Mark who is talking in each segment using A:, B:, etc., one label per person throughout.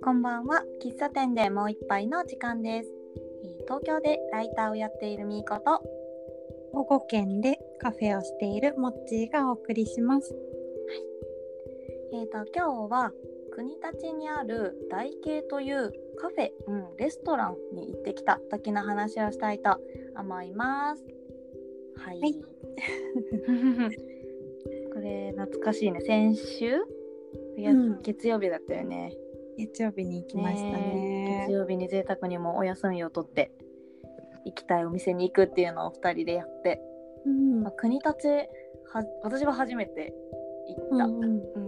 A: こんばんは。喫茶店でもう一杯の時間です。東京でライターをやっているみーこと、
B: 保護県でカフェをしているもっちーがお送りします。
A: 今日は国立にある大慶というカフェ、レストランに行ってきた時の話をしたいと思います。はい。これ懐かしいね。先週、月曜日だったよね。
B: 月曜日に行きましたね。
A: 月曜日に贅沢にもお休みを取って行きたいお店に行くっていうのを2人でやって、国立私は初めて行った、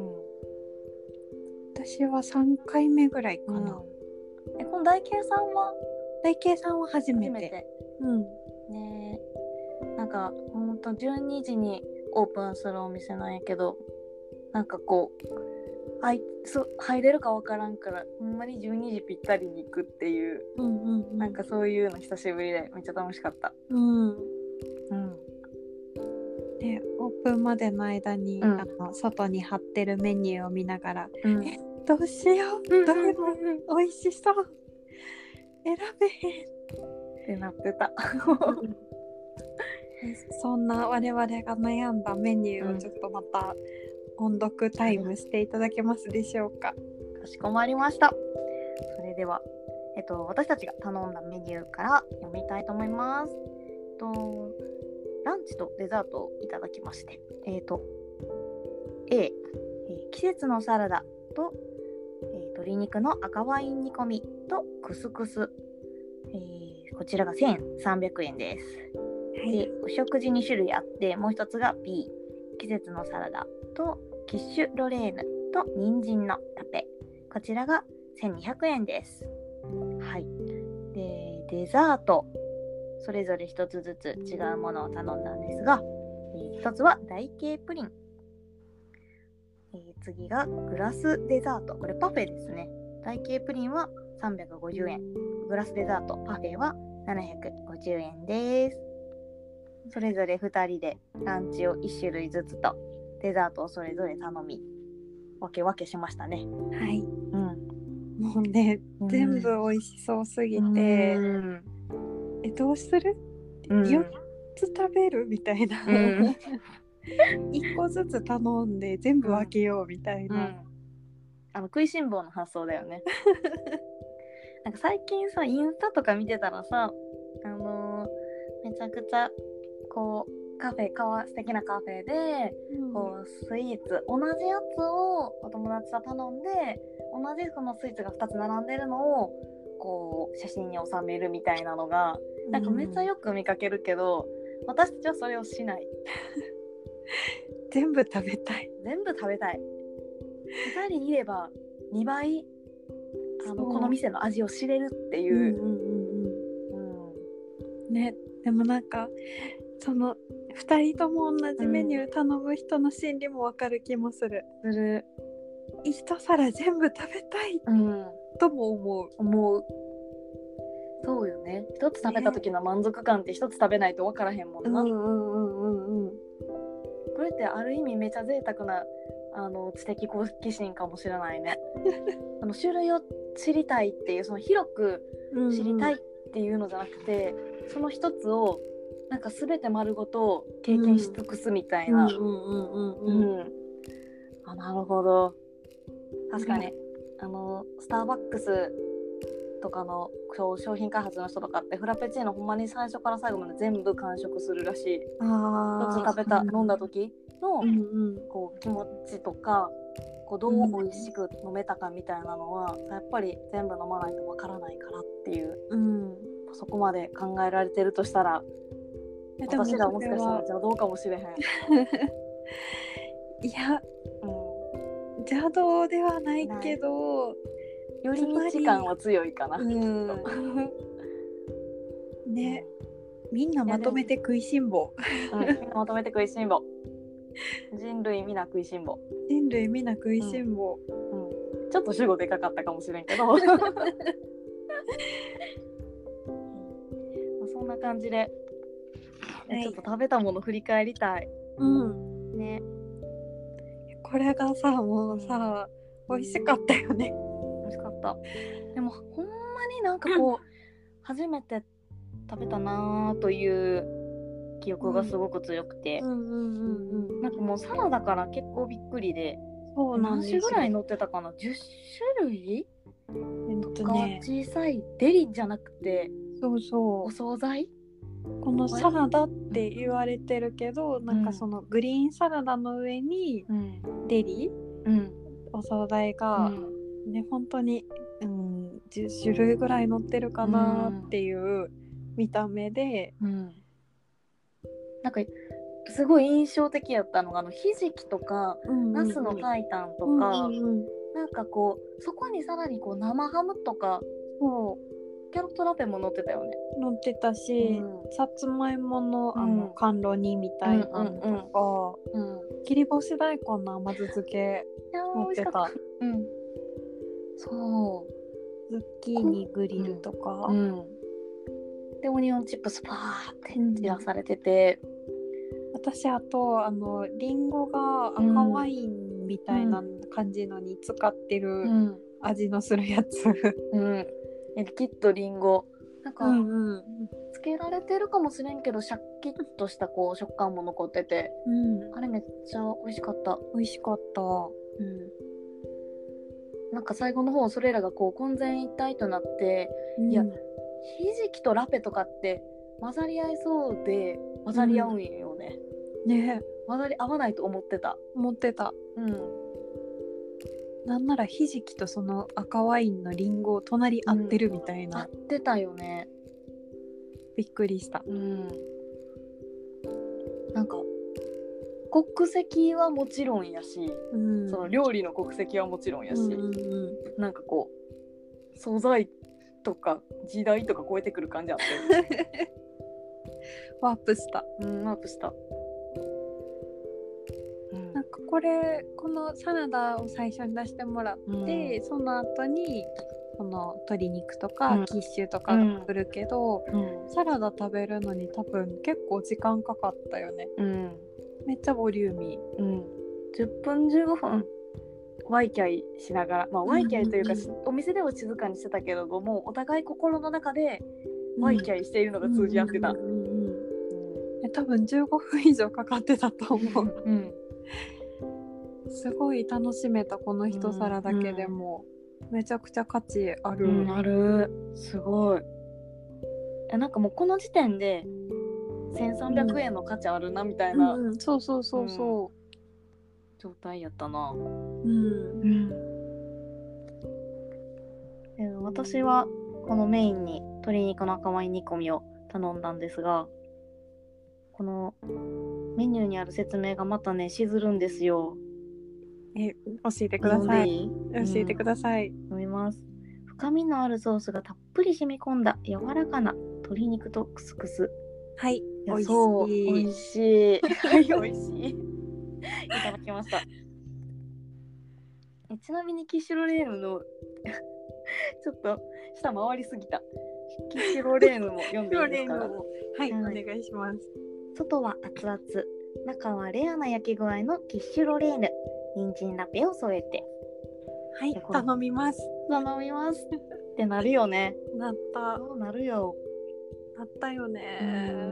B: 私は3回目ぐらいかな。
A: この大慶さんは
B: 初めて。
A: ね、なんかほんと12時にオープンするお店なんやけど、なんかこう入れるかわからんからほんまに12時ぴったりに行くっていう、なんかそういうの久しぶりでめっちゃ楽しかった。
B: でオープンまでの間に、外に貼ってるメニューを見ながら、どうしよう、どれも美味しそう、選べへん
A: ってなってた。
B: そんな我々が悩んだメニューをちょっとまた音読タイムしていただけますでしょうか。
A: かしこまりました。それでは、私たちが頼んだメニューから読みたいと思います。ランチとデザートをいただきまして、A、季節のサラダと、鶏肉の赤ワイン煮込みとクスクス、こちらが1300円です。で、お食事2種類あって、もう一つが B、季節のサラダとキッシュロレーヌと人参のタペ、こちらが1200円です。はい。で、デザートそれぞれ一つずつ違うものを頼んだんですが、一つは大慶プリン、次がグラスデザート、これパフェですね。大慶プリンは350円、グラスデザートパフェは750円です。それぞれ2人でランチを1種類ずつとデザートをそれぞれ頼み分けしましたね。
B: はい、もうね、全部美味しそうすぎて、どうする、4つ食べるみたいな、1個ずつ頼んで全部分けようみたいな、
A: 食いしん坊の発想だよね。なんか最近さ、インスタとか見てたらさ、めちゃくちゃこう素敵なカフェで、こうスイーツ同じやつをお友達と頼んで、同じそのスイーツが2つ並んでるのをこう写真に収めるみたいなのがなんかめっちゃよく見かけるけど、私たちはそれをしない。
B: 全部食べたい。
A: 2人いれば2倍この店の味を知れるっていう、
B: ね。でもなんかその2人とも同じメニュー頼む人の心理も分かる気もする。一皿全部食べたい、とも思う。
A: そうよね。一つ食べた時の満足感って一つ食べないと分からへんもんな。これってある意味めちゃ贅沢な知的好奇心かもしれないね。種類を知りたいっていう、その広く知りたいっていうのじゃなくて、その一つをなんか全て丸ごと経験し尽くすみたいな。なるほど。確かに、スターバックスとかの商品開発の人とかってフラペチーノほんまに最初から最後まで全部完食するらしい。一つ飲んだ時の、こう気持ちとか、こうどう美味しく飲めたかみたいなのは、やっぱり全部飲まないとわからないからっていう、そこまで考えられてるとしたら、私らもしかしたら邪道かもしれへん。
B: いや、邪道ではないけど、
A: より日感は強いかな。
B: ね、みんなまとめて食いしん坊。
A: 人類みんな食いしん坊。ちょっと主語でかかったかもしれんけど。そんな感じで、ちょっと食べたもの振り返りたい。ね。
B: これがさ、もうさ、美味しかったよね。
A: 美味しかっ 。でもほんまになんかこう初めて食べたなという記憶がすごく強くて、なんかもうサラダから結構びっくりで、
B: そうなんですよ。
A: 何種ぐらい乗ってたかな、10種類とか、
B: ね、
A: 小さいデリじゃなくて
B: そうそう
A: お惣菜、
B: このサラダって言われてるけど、なんかそのグリーンサラダの上にデリ、お惣菜が、ね、本当に、10種類ぐらい乗ってるかなっていう見た目で、
A: なんかすごい印象的やったのがひじきとか、ナスの白湯とか、なんかこうそこにさらにこう生ハムとか、キャロットラペも乗ってたよね。
B: 乗ってたし、さつまいもの、甘露煮みたいなのとか、切り干し大根の甘酢漬け乗ってた。そうズッキーニグリルとか、でオニオンチップスパーって散らされてて、 私あとリンゴが赤ワインみたいな感じのに使ってる味のするやつ、
A: きっとリンゴなんか、つけられてるかもしれんけどシャッキッとしたこう食感も残ってて、あれめっちゃ美味しかった。
B: 美味しかった。
A: なんか最後の方それらがこう混然一体となって、いやひじきとラペとかって混ざり合いそうで混ざり合うんよね。
B: ね、
A: 混ざり合わないと思ってた。
B: なんならひじきとその赤ワインのリンゴを隣合ってるみたいな、
A: 合ってたよね。
B: びっくりした。
A: なんか国籍はもちろんやし、その料理の国籍はもちろんやし、なんかこう素材とか時代とか超えてくる感じあったよ
B: ワープした。
A: ワープした。
B: なんかこのサラダを最初に出してもらって、その後にこの鶏肉とかキッシュとかが来るけど、サラダ食べるのに多分結構時間かかったよね。めっちゃボリューミー。
A: 10分15分ワイキャイしながら、ワイキャイというか、お店では静かにしてたけれども、お互い心の中でワイキャイしているのが通じ合ってた。
B: 多分15分以上かかってたと思う。すごい楽しめた、この一皿だけでも、めちゃくちゃ価値ある。
A: ある、すごい。なんかもうこの時点で1300円の価値あるなみたいな、
B: そう
A: 状態やったな。私はこのメインに鶏肉の赤ワイン煮込みを頼んだんですが、このメニューにある説明がまたねしずるんですよ。
B: 教えてください。教えてください。
A: 飲みます。深みのあるソースがたっぷり染み込んだ柔らかな鶏肉とクスクス。
B: はい、
A: 美味しい。はい、美味しい。いただきました。ちなみにキッシュロレーヌのちょっと下回りすぎた。キッシュロレーヌも読んでいいですか？
B: はい、お願いします。
A: 外は熱々、中はレアな焼き具合のキッシュロレーヌ、人参ラペを添えて。
B: はい、頼みます。
A: ってなるよね。
B: なった。
A: そうなるよ。
B: なったよね。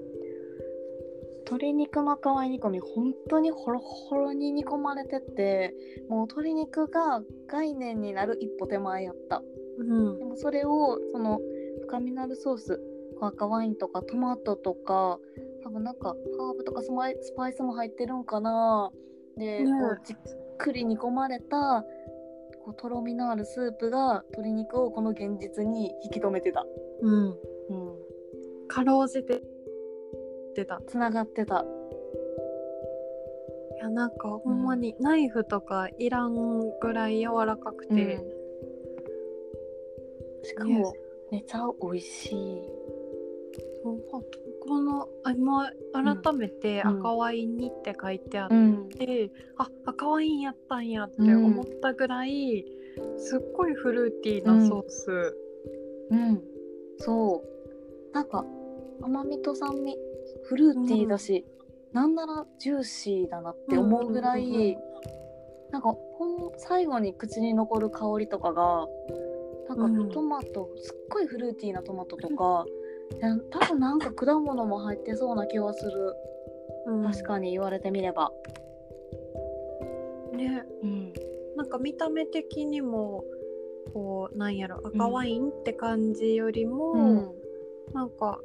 A: 鶏肉の赤ワイン煮込み本当にホロホロに煮込まれてて、もう鶏肉が概念になる一歩手前やった。でもそれをその深みのあるソース、赤ワインとかトマトとか、多分なんかハーブとかスパイスも入ってるんかな。で、こうじっくり煮込まれたこうとろみのあるスープが鶏肉をこの現実に引き止めてた。
B: かろうじて
A: つながってた。
B: いや、なんかほんまにナイフとかいらんぐらい柔らかくて、
A: しかもめちゃ美味しい。
B: この今改めて赤ワインにって書いてあって、赤ワインやったんやって思ったぐらい、すっごいフルーティーなソース。
A: そうなんか甘みと酸味フルーティーだし、なんならジューシーだなって思うぐらい、なんか最後に口に残る香りとかがなんかトマト、すっごいフルーティーなトマトとか、多分なんか果物も入ってそうな気はする、確かに言われてみれば
B: ね、なんか見た目的にもこうなんやろ赤ワインって感じよりも、なんか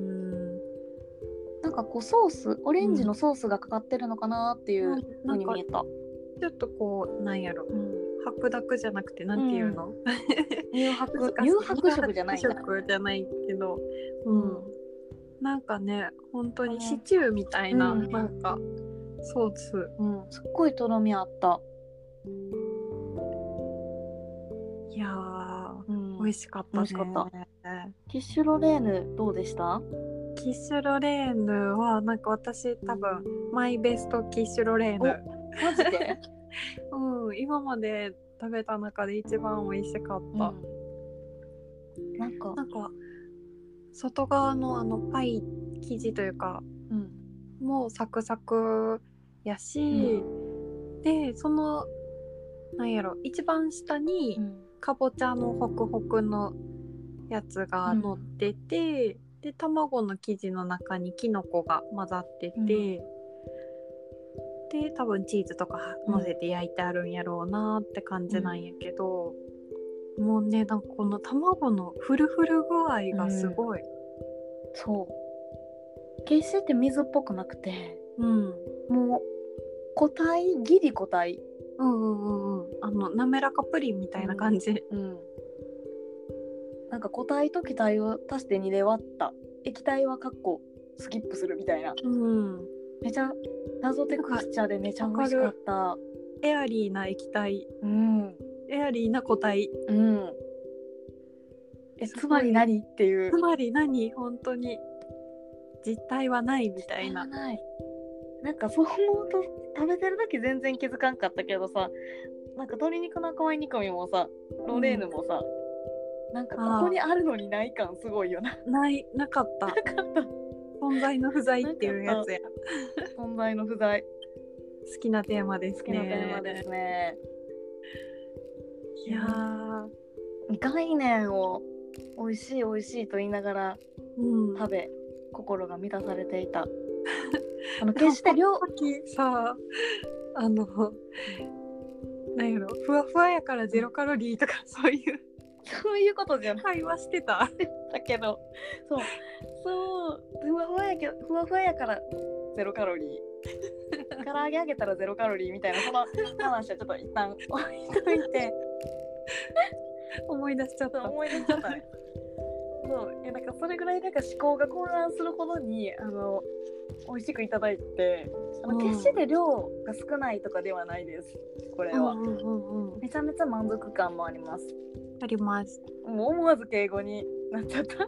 A: なんかこうソースオレンジのソースがかかってるのかなっていう風に見えた、
B: ちょっとこうなんやろ、白濁じゃなくてなんていうの、
A: 乳白色じゃない
B: けど、なんかね本当にシチューみたいな、なんかソース、
A: すっごいとろみあった。
B: いやー、美味しかったね。
A: 美味しかった。キッシュロレーヌどうでした？
B: キッシュロレーヌはなんか私多分マイベストキッシュロレーヌ。
A: マジで？
B: 今まで食べた中で一番美味しかった。なんか外側のパイ生地というか、もうサクサクやし、でそのなんやろ一番下にかぼちゃのホクホクのやつが乗ってて、で卵の生地の中にきのこが混ざってて、で多分チーズとか乗せて焼いてあるんやろうなって感じなんやけど、もうねなんかこの卵のフルフル具合がすごい、
A: そう決して水っぽくなくて、もう固体ギリ固体、
B: 滑らかプリンみたいな感じ、
A: なんか固体と気体を足して2で割った液体はカッコスキップするみたいな、めちゃ謎テクスチャーでめちゃ美味しかった。
B: エアリーな液体、エアリーな固体、
A: つまり何っていう、
B: つまり何本当に実体はないみたいな、
A: なんかそう思うと食べてる時全然気づかんかったけどさ、なんか鶏肉の赤ワイン煮込みもさロレーヌもさ、なんかここにあるのにない感すごいよな。
B: なかった存在の不在っていうやつや。
A: 存在の不在。
B: 好きなテーマですね。
A: 好きなテーマですね。
B: いや
A: ー、概念を美味しい美味しいと言いながら、食べ心が満たされていた。決して
B: さなんやろふわふわやからゼロカロリーとかそういうことじゃない会話してた
A: だけどそうふわふわやからゼロカロリー唐揚げあげたらゼロカロリーみたいなその話はちょっと一旦置いといて
B: 思い出しちゃった
A: ね。そうなんかそれぐらいなんか思考が混乱するほどに美味しくいただいて、決して量が少ないとかではないです。これは、めちゃめちゃ満足感もあります。もう思わず敬語になっちゃった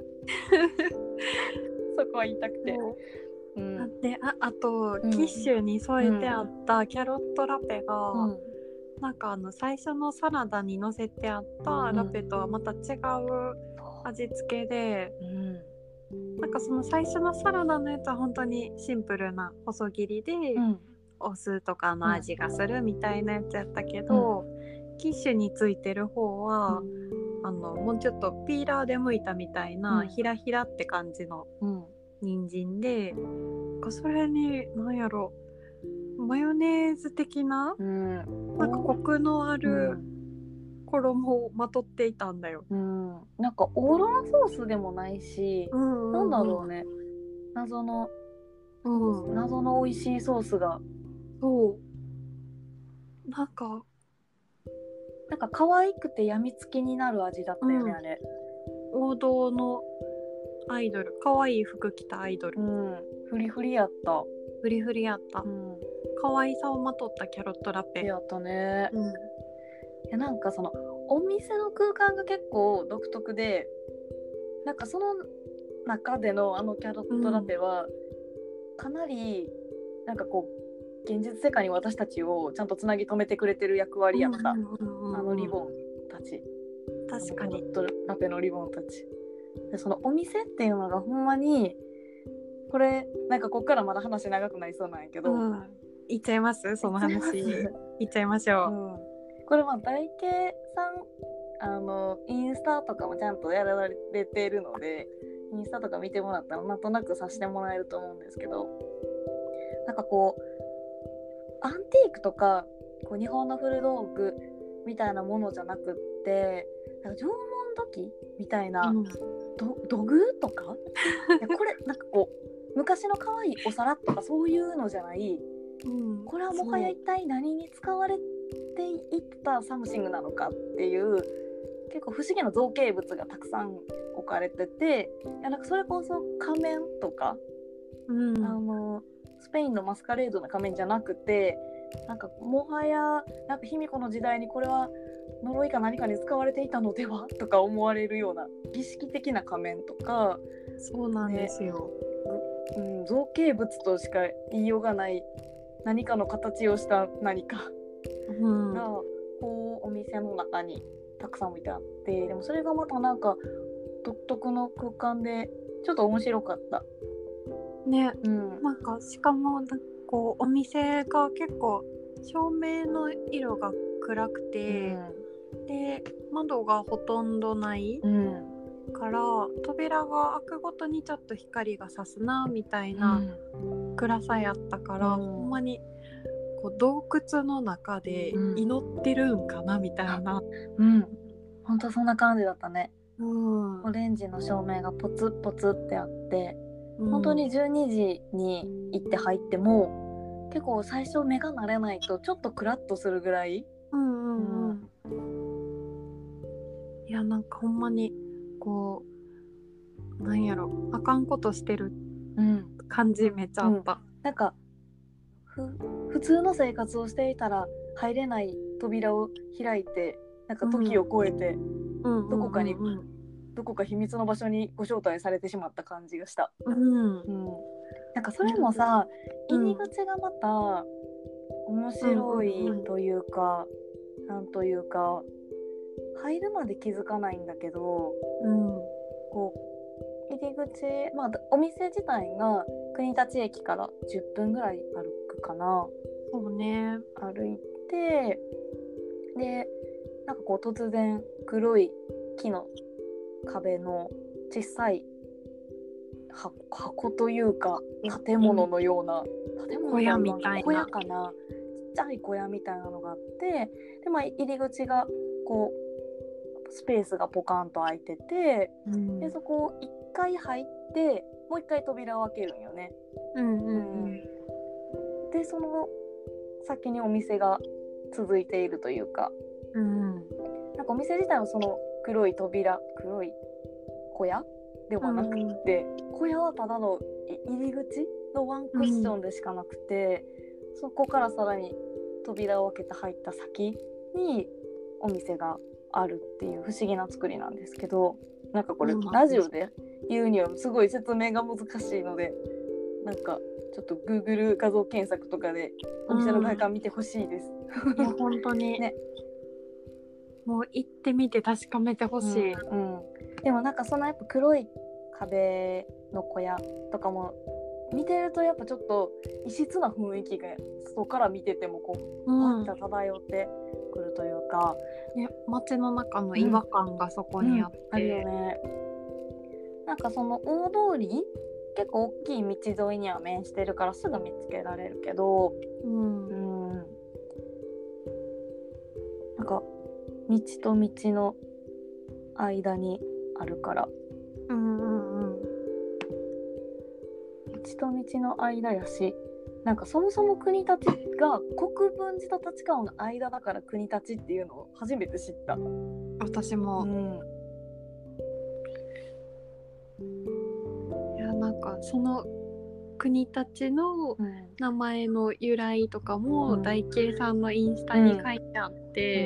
A: そこは言いたくて、
B: であと、キッシュに添えてあったキャロットラペが、なんか最初のサラダに乗せてあったラペとはまた違う味付けで、なんかその最初のサラダのやつは本当にシンプルな細切りで、お酢とかの味がするみたいなやつやったけど、キッシュについてる方は、もうちょっとピーラーで剥いたみたいな、ヒラヒラって感じの人参で、それに何やろマヨネーズ的な、なんかコクのある衣をまとっていたんだよ。
A: なんかオーロラソースでもないし、なんだろうね、謎の美味しいソースが、
B: なんか
A: 可愛くてやみつきになる味だったよね、あれ。
B: 王道のアイドル、可愛い服着たアイドル、
A: フリフリやった。
B: 可愛さをまとったキャロットラペ
A: やったね。いやなんかそのお店の空間が結構独特で、なんかその中でのキャロットラペはかなりなんかこう現実世界に私たちをちゃんとつなぎ止めてくれてる役割やった、リボンたち。
B: 確かに
A: キャロットラペのリボンたちで、そのお店っていうのがほんまにこれなんかこっからまだ話長くなりそうなんやけど、
B: 言っちゃいますその話言っちゃいましょう、
A: これ大慶さんインスタとかもちゃんとやられているので、インスタとか見てもらったらなんとなく察してもらえると思うんですけど、なんかこうアンティークとかこう日本の古道具みたいなものじゃなくって、なんか縄文土器みたいな、土偶とかいやこれなんかこう昔の可愛いお皿とかそういうのじゃない、これはもはや一体何に使われていったサムシングなのかっていう結構不思議な造形物がたくさん置かれてて、いやなんかそれこそ仮面とか、スペインのマスカレードの仮面じゃなくて、なんかもはやなんか卑弥呼の時代にこれは呪いか何かに使われていたのではとか思われるような儀式的な仮面とか、
B: そうなんですよ、
A: 造形物としか言いようがない何かの形をした何かが、こうお店の中にたくさん置いてあって、でもそれがまたなんか独特の空間でちょっと面白かった
B: ね、なんかしかもこうお店が結構照明の色が暗くて、で窓がほとんどない、から扉が開くごとにちょっと光が差すなみたいな暗さやったから、ほんまにこう洞窟の中で祈ってるんかなみたいな、
A: ほんとそんな感じだったね、
B: オ
A: レンジの照明がポツポツってあって、本当に12時に行って入っても結構最初目が慣れないとちょっとクラッとするぐらい、
B: いやなんかほんまにこうなんやろあかんことしてる感じめっちゃあった、
A: なんか普通の生活をしていたら入れない扉を開いて、なんか時を超えてどこか秘密の場所にご招待されてしまった感じがした、なんかそれもさ、入り口がまた面白いというか、なんというか入るまで気づかないんだけど、こう入り口、お店自体が国立駅から10分ぐらい歩くかな。
B: そうね。
A: 歩いて、でなんかこう突然黒い木の壁の小さい箱というか建物のような、
B: 小屋みたいな、
A: 小屋かな、ちっちゃい小屋みたいなのがあって、で入り口がこうスペースがポカンと開いてて、でそこを1回入ってもう1回扉を開けるんよね、でその先にお店が続いているというか、なんかお店自体はその黒い小屋ではなくて、小屋はただの入り口のワンクッションでしかなくて、そこからさらに扉を開けて入った先にお店があるっていう不思議な作りなんですけど、なんかこれラジオで言うにはすごい説明が難しいので、なんかちょっと Google 画像検索とかでお店の外観見てほしいです、
B: いや本当にね、もう行ってみて確かめてほしい、
A: でもなんかそのやっぱ黒い壁の小屋とかも見てるとやっぱちょっと異質な雰囲気が外から見ててもこうわっと漂ってくるというか、
B: 街の中の違和感がそこにあって、
A: あるよね。なんかその大通り結構大きい道沿いには面してるからすぐ見つけられるけど、なんか道と道の間にあるから、道と道の間やし、なんかそもそも国立が国分寺と立川の間だから国立っていうのを初めて知った。
B: 私も、いやなんかその国立の名前の由来とかも大慶さんのインスタに書いてあって、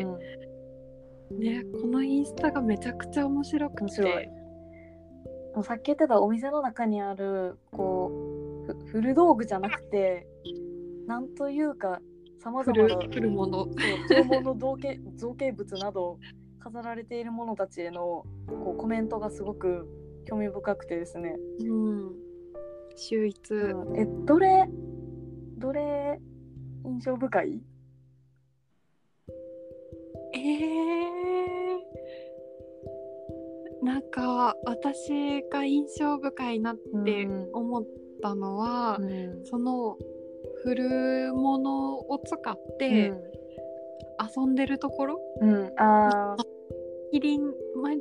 B: このインスタがめちゃくちゃ面白くて、
A: さっき言ってたお店の中にあるこう古道具じゃなくて、なんというかさまざまな
B: 古物、
A: 縄文の造形物など飾られているものたちへのこうコメントがすごく興味深くてですね、
B: 秀逸、
A: どれ印象深い？
B: なんか私が印象深いなって思ったのは、その古物を使って遊んでるところ、キリン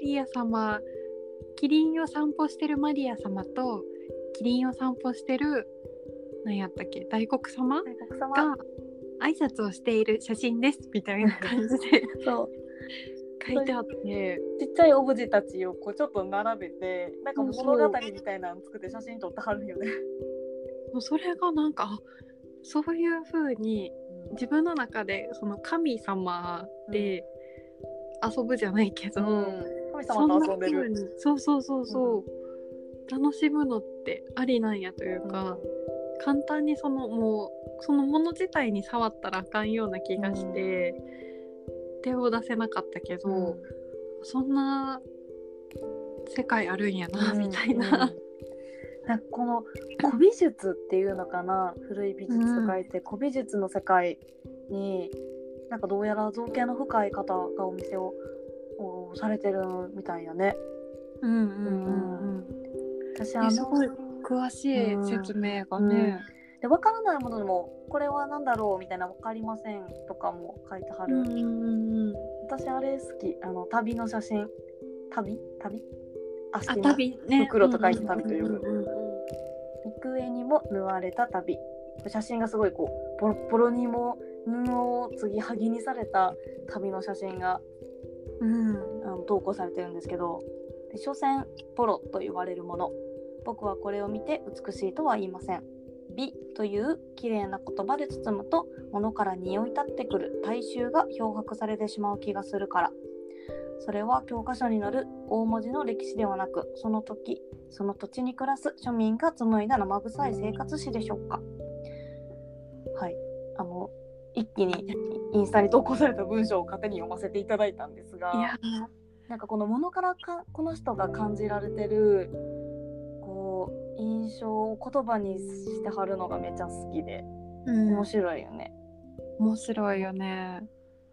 B: を散歩してるマリア様とキリンを散歩してる何やったっけ、大黒様が挨拶をしている写真ですみたいな感じで
A: そう
B: 書いてあって、
A: ちっちゃいオブジェたちをこうちょっと並べてなんか物語みたいなの作って写真撮ってはるよね。
B: それがなんかそういう風に自分の中でその神様で遊ぶじゃないけど、
A: 神様と遊んでる、
B: そう、楽しむのってありなんやというか、簡単にそのもの自体に触ったらあかんような気がして、手を出せなかったけど、そんな世界あるんやな、みたいな。
A: なんかこの古美術っていうのかな、古い美術と書いて古美術の世界になんかどうやら造形の深い方がお店をされてるみたいやね。私
B: すごい詳しい説明がね、
A: で分からないものでもこれは何だろうみたいな分かりませんとかも書いてはる。私あれ好き、旅の写真、旅足の袋と書いて旅という、幾重にも縫われた旅、写真がすごいこうボロボロにも布を継ぎはぎにされた旅の写真が、投稿されてるんですけど、所詮ポロと呼ばれるもの、僕はこれを見て美しいとは言いません。美という綺麗な言葉で包むと物から匂い立ってくる大衆が漂白されてしまう気がするから。それは教科書に載る大文字の歴史ではなく、その時その土地に暮らす庶民が紡いだ生臭い生活史でしょうか。はい、一気にインスタに投稿された文章を勝手に読ませていただいたんですが、なんかこの物からこの人が感じられてるこう印象を言葉にしてはるのがめっちゃ好きで、面白いよね。
B: 面白いよね。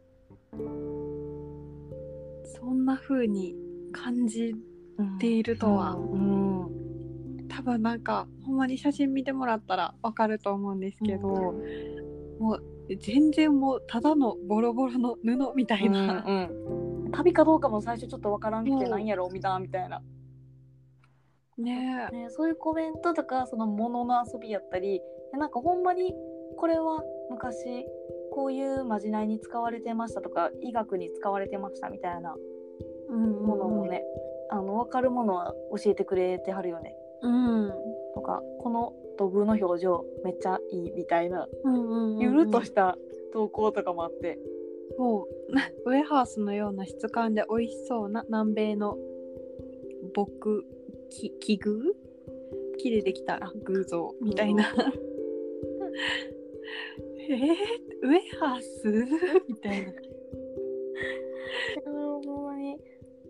B: そんな風に感じているとは、多分なんかほんまに写真見てもらったらわかると思うんですけど、もう全然もうただのボロボロの布みたいな、
A: 旅かどうかも最初ちょっとわからんくてなんやろみたいなね、そういうコメントとかその物の遊びやったり、なんかほんまにこれは昔こういうまじないに使われてましたとか医学に使われてましたみたいなものもね、分かるものは教えてくれてはるよね。とかこの土偶の表情めっちゃいいみたいな、ゆるっとした投稿とかもあって、
B: ウェハースのような質感で美味しそうな南米の木でできた偶像みたいな、ウェハースみたいな
A: ほんまに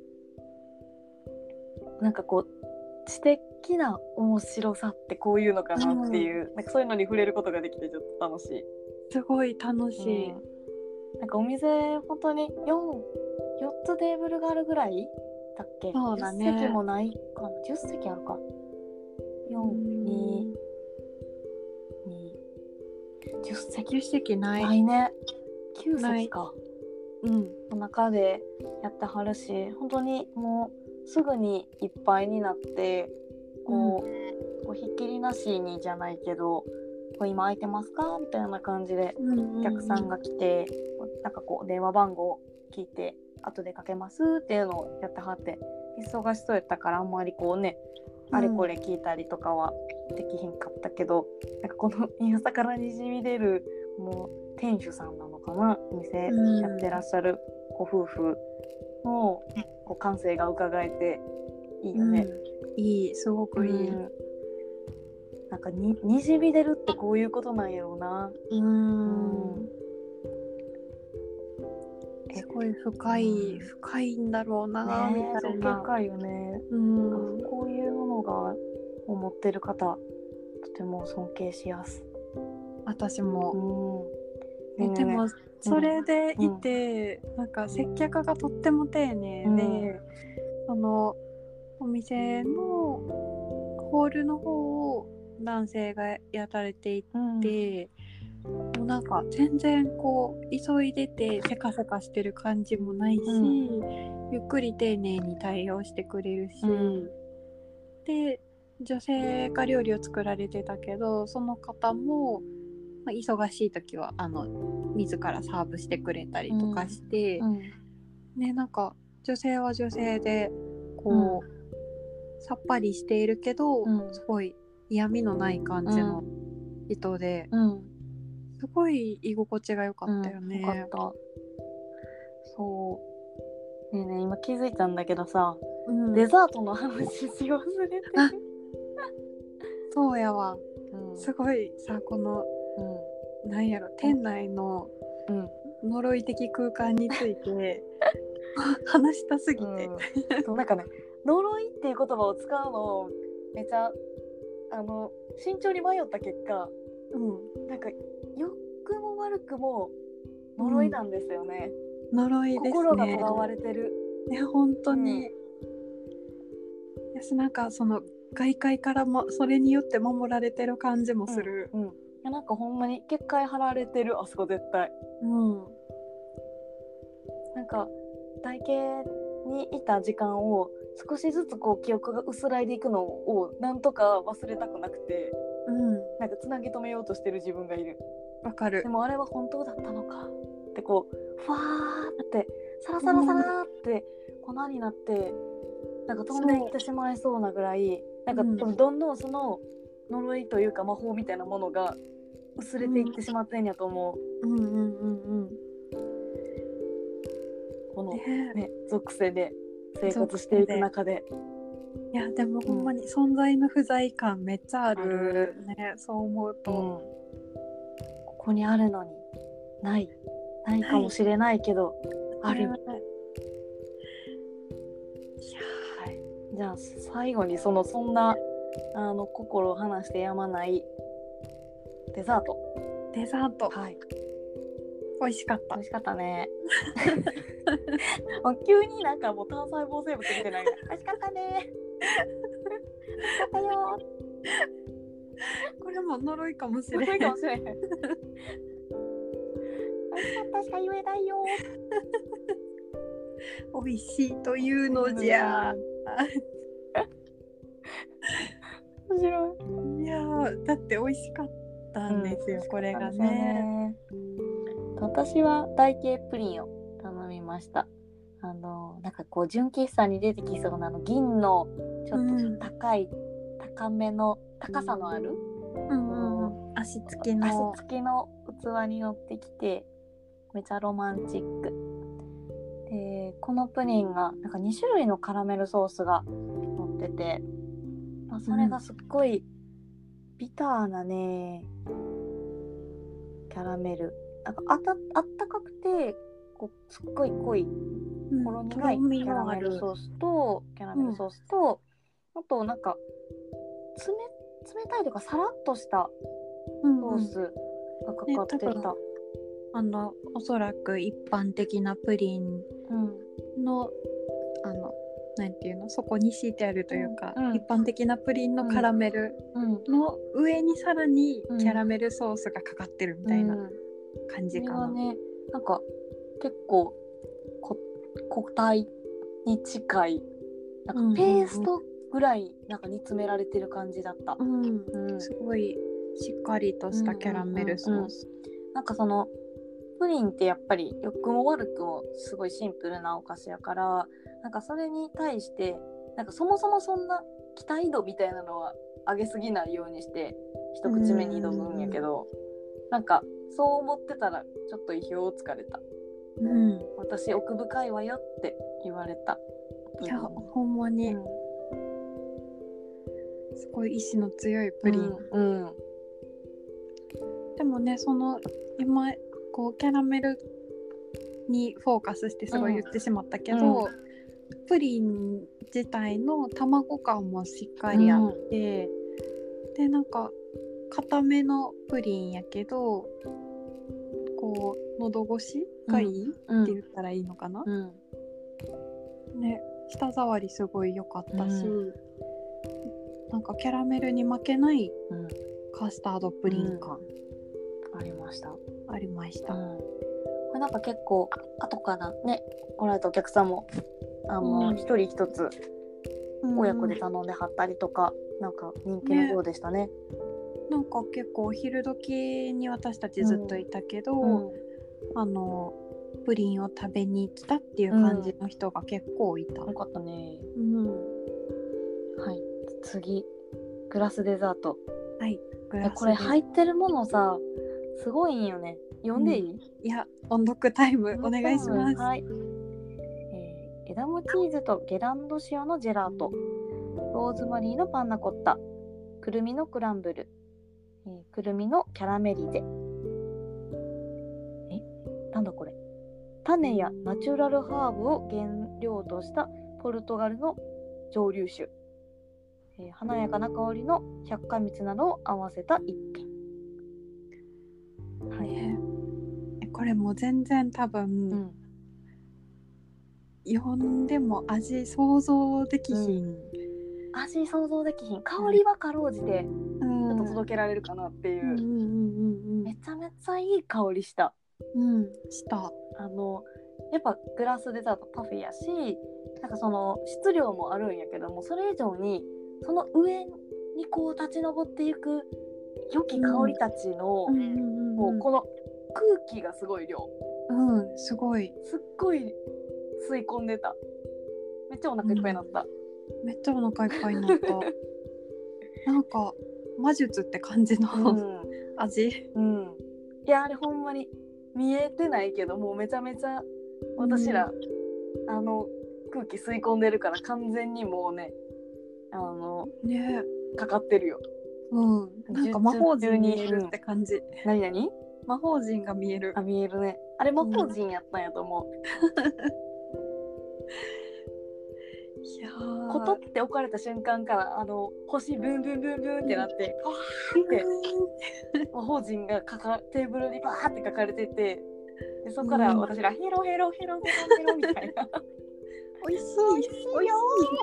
A: なんかこう知的な面白さってこういうのかなっていう、なんかそういうのに触れることができてちょっと楽しい。
B: すごい楽しい。
A: なんかお店本当に4つテーブルがあるぐらいだっけ。
B: そうだね。
A: 10席もないかな。10席あるか。10席ないね。9席か。の中でやってはるし、本当にもうすぐにいっぱいになってこうひっきりなしにじゃないけど、こう今空いてますかみたいな感じでお客さんが来て、なんかこう電話番号を聞いて後でかけますっていうのをやってはって、忙しそうやったからあんまりこうね、あれこれ聞いたりとかはできひんかったけど、なんかこのインスタからにじみ出るもう店主さんなのかな、店やってらっしゃるご夫婦のこう感性が伺えていいよね。
B: いい、すごくいい。
A: なんかにじみ出るってこういうことなんやろうな。
B: すごい深いんだろうな、みたいな。
A: 深いよね。こういうものが思ってる方、とても尊敬しやす。
B: 私も。 でもそれでいて、なんか接客がとっても丁寧で、そのお店のホールの方を男性がやられていて、もうなんか全然こう急いでてせかせかしてる感じもないし、ゆっくり丁寧に対応してくれるし、で女性が料理を作られてたけど、その方も、忙しい時は自らサーブしてくれたりとかして、ね、なんか女性は女性でこう、さっぱりしているけど、すごい嫌味のない感じの人で、すごい居心地が良かったよね。
A: よかった。そう。ねえねえ、今気づいたんだけどさ、デザートの話し忘れてる。
B: そうやわ。すごいさ、この、なんやろ、店内の呪い的空間について話したすぎて、
A: なんかね、呪いっていう言葉を使うのめちゃ慎重に迷った結果、なんか良くも悪くも呪いなんですよね。
B: 呪いですね。
A: 心が囚われてる。
B: 本当に。なんかその外界からもそれによって守られてる感じもする。
A: なんかほんまに結界張られてる、あそこ絶対。なんか台形にいた時間を少しずつこう記憶が薄らいでいくのをなんとか忘れたくなくて、なんかつなぎ止めようとしてる自分がいる。
B: わかる。
A: でもあれは本当だったのかってこうふわーってサラサラサラって粉になって、なんか飛んでいってしまいそうなぐらい、なんかどんどんその呪いというか魔法みたいなものが薄れていってしまってんやと思う。このね、属性で生活していく中で。
B: いやでもほんまに存在の不在感めっちゃあるね、そう思うと、
A: ここにあるのにないかもしれないけど、ある。じゃあ最後にそんな心を離してやまないデザート。はい。
B: 美味しかった。
A: 美味しかったね。急になんかもう単細胞生物みたいな。美味しかったね。美味しかったよ。
B: これも呪いかもしれない。
A: 美味しかったしか言えないよ。
B: 美味しいというのじゃ。
A: 面白
B: い。いやだって美味しかったんですよ、これがね。
A: 私は台形プリンを頼みました。なんかこう純喫茶に出てきそうな銀のちょっと高めの高さのある、
B: 足つきの
A: 器に乗ってきて、めちゃロマンチックで、このプリンがなんか2種類のカラメルソースが乗ってて、それがすっごいビターなねキャラメル、なんかあったかくてこうすっごい濃いほろ苦いキャラメルソースと、あとなんか冷たいというかさらっとしたソースがかかってた、
B: おそらく一般的なプリンの、なんていうの、そこに敷いてあるというか、一般的なプリンのカラメルの上にさらにキャラメルソースがかかってるみたいな感じかな。
A: なんか結構固体に近い、なんかペーストぐらいなんか煮詰められてる感じだった。
B: すごいしっかりとしたキャラメルソース。
A: なんかそのプリンってやっぱり良くも悪くもすごいシンプルなお菓子やから、なんかそれに対してなんかそもそもそんな期待度みたいなのは上げすぎないようにして一口目に挑むんやけど、なんかそう思ってたらちょっと意表をつかれた。私奥深いわよって言われた。
B: いやほんまに、すごい意志の強いプリン。でもね、その今こうキャラメルにフォーカスしてすごい言ってしまったけど、プリン自体の卵感もしっかりあって、でなんか固めのプリンやけどこう喉越しがいい、って言ったらいいのかな、ね、舌触りすごい良かったし、なんかキャラメルに負けないカスタードプリン感、
A: ありました。
B: ありました。
A: これなんか結構後からね来られたお客さんも一人一つ親子で頼んではったりとか、なんか人気のようでしたね。
B: なんか結構お昼時に私たちずっといたけど、プリンを食べに来たっていう感じの人が結構いた。
A: よかったね。はい、次グラスデザート。はい、これ入ってるものさすごいんよね。読んでいい？
B: いや、音読タイムお願いします。
A: はい。枝もチーズとゲランド塩のジェラート、ローズマリーのパンナコッタ、くるみのクランブル、くるみのキャラメリゼ。なんだこれ。種やナチュラルハーブを原料としたポルトガルの蒸留酒、華やかな香りの百花蜜などを合わせた一品。
B: はい、これも全然多分、読んでも味想像できひん、
A: 味想像できひん。香りはかろうじてちょっと届けられるかなっていう、めちゃめちゃいい香りした。
B: した。
A: やっぱグラスデザートパフェやし、なんかその質量もあるんやけども、それ以上にその上にこう立ち上っていく良き香りたちの、もうこの空気がすごい量、
B: すごい
A: すっごい吸い込んでた。めっちゃお腹いっぱいになった、
B: めっちゃお腹いっぱいになったなんか魔術って感じの、味、
A: いやあれほんまに見えてないけどもうめちゃめちゃ私ら、空気吸い込んでるから完全にもうねかかってるよ。
B: なんか魔法陣に見えるって感じ。
A: 何
B: 魔法陣が見える。
A: 見えるね。あれ魔法陣やったんやと思う。
B: いや
A: コトって置かれた瞬間から星ブンブンブンブンってなってわーって魔法陣がテーブルにバーって書かれてて、でそこから私らヘロヘロヘロヘロヘロみたいな
B: おいしいおいし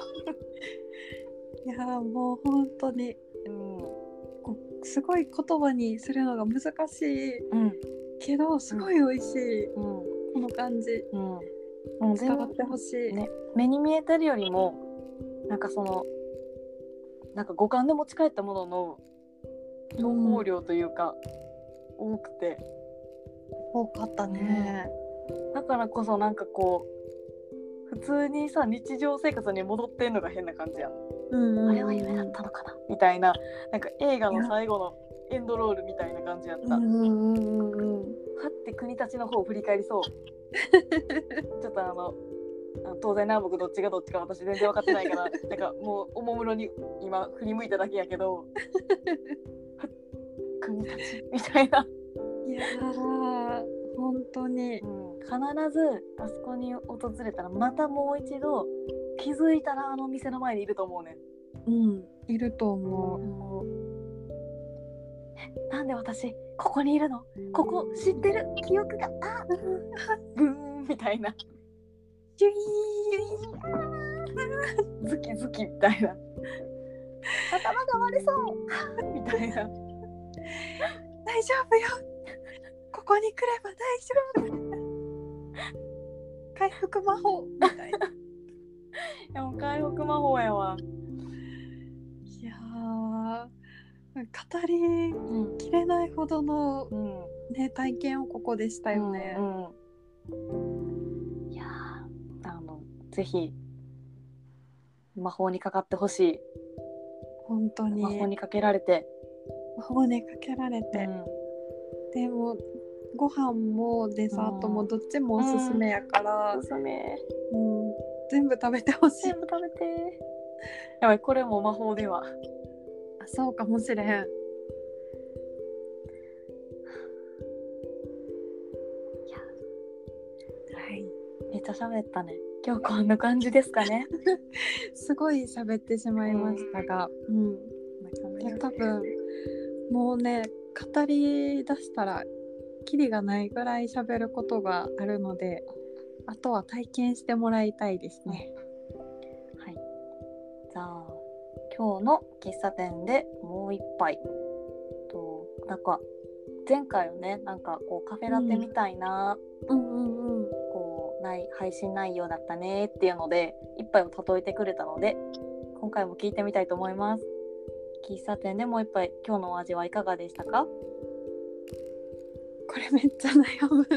B: い。いやもう本当に、すごい言葉にするのが難しい、けどすごい美味しい、この感じ、伝わってほしい、
A: 目に見えてるよりもなんかそのなんか五感で持ち帰ったものの情報量というか、多くて
B: 多かったね、
A: だからこそなんかこう普通にさ日常生活に戻ってんのが変な感じやん、あれは夢だったのかなみたいな、なんか映画の最後のエンドロールみたいな感じやった。はって国立の方を振り返りそうちょっと東西南北どっちがどっちか私全然分かってないからなんかもうおもむろに今振り向いただけやけど国立みたいな。
B: いや本当に、
A: 必ずあそこに訪れたらまたもう一度気づいたらあの店の前にいると思うね。
B: いると思う。
A: なんで私ここにいるの、ここ知ってる記憶がブーンみたいな
B: ジュイ
A: ーズキズキみたいな頭が割れそうみたいな
B: 大丈夫よここに来れば大丈夫回復魔法みたいな。い
A: やもう回復魔法やわ。
B: いや語りきれないほどの、体験をここでしたよね。
A: いやぜひ魔法にかかってほしい。
B: 本当に
A: 魔法にかけられて、
B: でもご飯もデザートもどっちもおすすめやから、
A: おすすめ、
B: 全部食べてほしい。
A: 全部食べて。やばいこれも魔法では。
B: そうかもしれへん。はい、
A: めっちゃ喋ったね。今日こんな感じですかね。
B: すごい喋ってしまいましたが、いや多分もうね語り出したらキリがないぐらい喋ることがあるので、あとは体験してもらいたいですね。
A: はい。じゃあ今日の喫茶店でもう一杯と、なんか前回はね、なんかこうカフェラテみたいな、こう配信内容だったねっていうので一杯を例えてくれたので、今回も聞いてみたいと思います。喫茶店でもう一杯、今日のお味はいかがでしたか？
B: これめっちゃ悩むめっ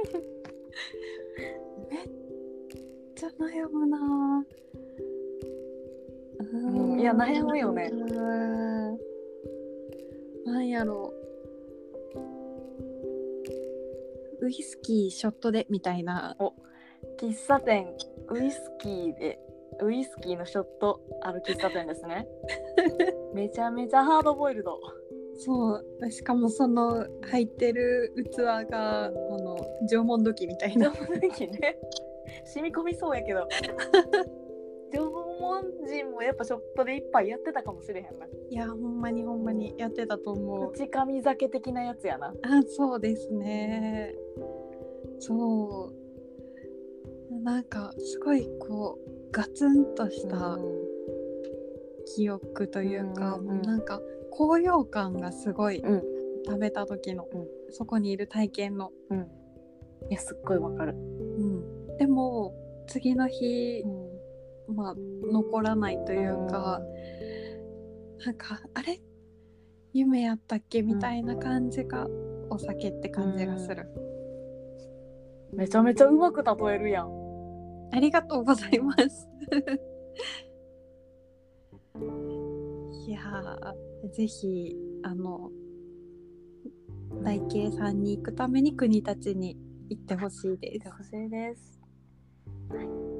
B: ちゃ悩むな。
A: いや悩むよね。
B: なんやろう、ウイスキーショットでみたいな。
A: 喫茶店ウイスキーのショットある喫茶店ですねめちゃめちゃハードボイルド。
B: そうしかもその入ってる器が縄文土器みたいな。
A: 縄文土器ね染み込みそうやけど縄文人もやっぱショットで一杯やってたかもしれへんな。
B: いやほんまにやってたと思う。
A: 口かみ酒的なやつやな。
B: そうですね。なんかすごいこうガツンとした記憶というか、なんか高揚感がすごい、食べた時の、そこにいる体験の、
A: いやすっごいわかる。
B: でも次の日、残らないというか、なんかあれ夢やったっけみたいな感じが、お酒って感じがする。
A: めちゃめちゃうまく例えるやん。
B: ありがとうございますいやぜひ大慶さんに行くために国立に行ってほしいです。
A: はい。